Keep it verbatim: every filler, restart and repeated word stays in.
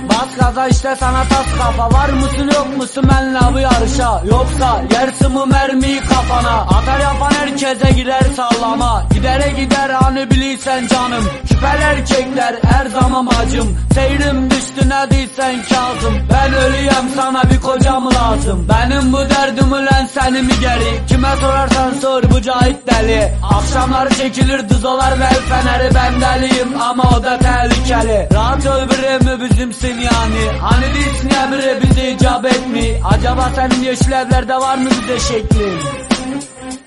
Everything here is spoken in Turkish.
Bas gaza işte sana tas kafa. Var mısın yok musun benle bu yarışa? Yoksa yersin mi mermiyi kafana? Atar yapan herkese girer sallama. Gidere gider hani bilirsen canım. Şüpheli erkekler her zaman acım. Seyrim düştü ne değilsen Kazım. Ben ölüyem sana bir kocam lazım. Benim bu derdim ulan seni mi geri? Kime sorarsan sor bu cahit deli. Akşamları çekilir düzolar ve el feneri. Ben deliyim ama o da tehlikeli. Rahat öl mi bizimsin yani? Hani değilsin emri bizi icap etmi? Acaba senin yeşil evlerde var mı bize şeklin?